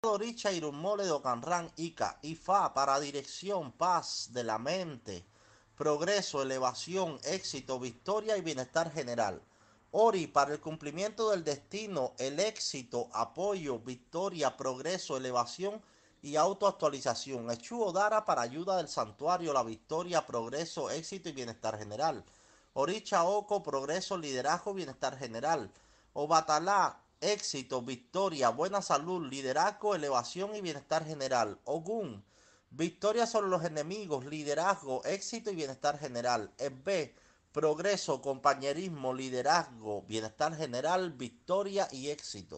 Oricha Irumole Docanran Ica Ifa para dirección, paz de la mente, progreso, elevación, éxito, victoria y bienestar general. Ori para el cumplimiento del destino, el éxito, apoyo, victoria, progreso, elevación y autoactualización. Echu Odara para ayuda del santuario, la victoria, progreso, éxito y bienestar general. Oricha Oko, progreso, liderazgo, bienestar general. Obatalá, éxito, victoria, buena salud, liderazgo, elevación y bienestar general. Ogún, victoria sobre los enemigos, liderazgo, éxito y bienestar general. Ebbe, progreso, compañerismo, liderazgo, bienestar general, victoria y éxito.